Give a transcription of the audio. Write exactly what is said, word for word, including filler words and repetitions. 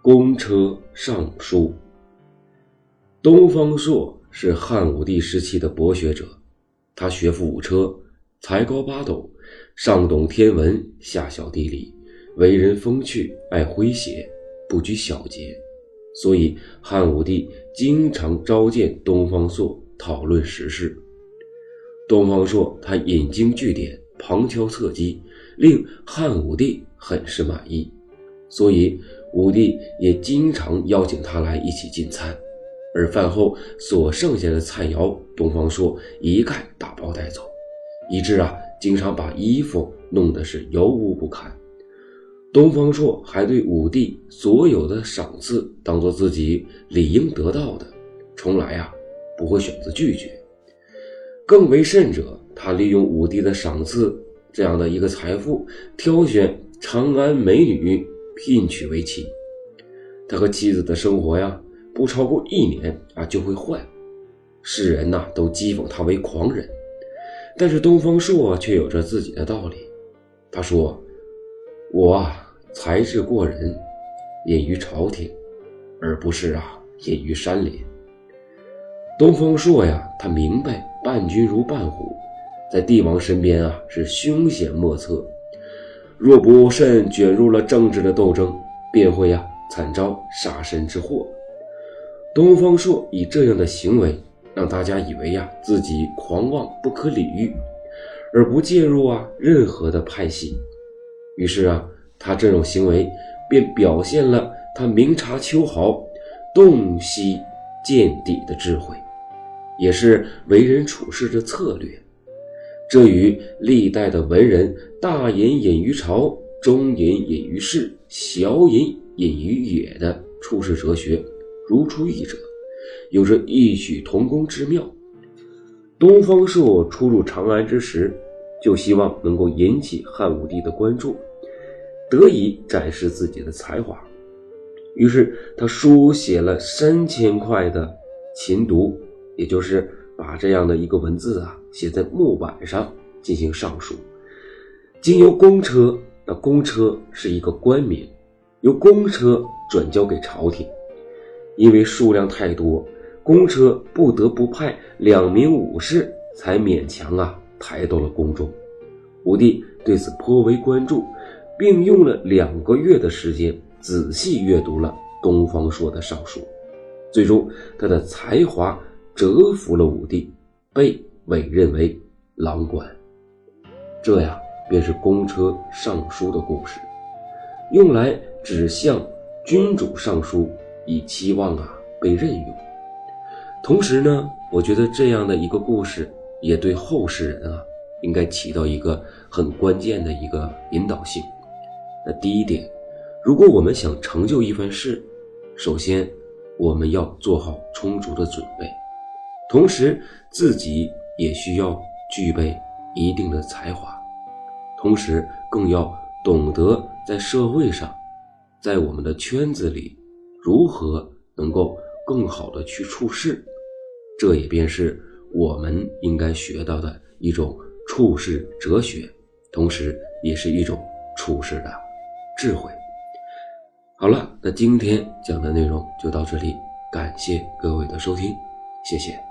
公车上书。东方朔是汉武帝时期的博学者，他学富五车，才高八斗，上懂天文，下晓地理，为人风趣，爱诙谐，不拘小节，所以汉武帝经常召见东方朔讨论时事。东方朔他引经据典，旁敲侧击，令汉武帝很是满意，所以武帝也经常邀请他来一起进餐，而饭后所剩下的菜肴，东方朔一概打包带走，以致啊经常把衣服弄得是油污不堪。东方朔还对武帝所有的赏赐当作自己理应得到的，从来啊不会选择拒绝。更为甚者，他利用武帝的赏赐这样的一个财富，挑选长安美女聘娶为妻。他和妻子的生活呀，不超过一年啊就会换，世人呐、啊、都讥讽他为狂人。但是东方朔却有着自己的道理。他说：我啊才智过人，隐于朝廷，而不是啊隐于山林。东方朔呀，他明白伴君如伴虎，在帝王身边啊是凶险莫测，若不慎卷入了政治的斗争，便会啊惨遭杀身之祸。东方朔以这样的行为让大家以为呀自己狂妄不可理喻，而不介入啊任何的派系。于是啊他这种行为便表现了他明察秋毫，洞悉见底的智慧，也是为人处事的策略。这与历代的文人大隐隐于朝，中隐隐于世，小隐隐于野的处世哲学如出一辙，有着异曲同工之妙。东方朔初入长安之时，就希望能够引起汉武帝的关注，得以展示自己的才华。于是他书写了三千块的勤读，也就是把这样的一个文字啊写在木板上进行上书，经由公车，那公车是一个官名，由公车转交给朝廷。因为数量太多，公车不得不派两名武士才勉强啊抬到了宫中。武帝对此颇为关注，并用了两个月的时间仔细阅读了东方朔的上书。最终他的才华折服了武帝，被委任为郎官。这呀便是公车上书的故事，用来指向君主上书，以期望啊被任用。同时呢，我觉得这样的一个故事也对后世人啊应该起到一个很关键的一个引导性。那第一点，如果我们想成就一番事，首先我们要做好充足的准备，同时自己也需要具备一定的才华，同时更要懂得在社会上，在我们的圈子里如何能够更好的去处事。这也便是我们应该学到的一种处世哲学，同时也是一种处世的智慧。好了，那今天讲的内容就到这里，感谢各位的收听，谢谢。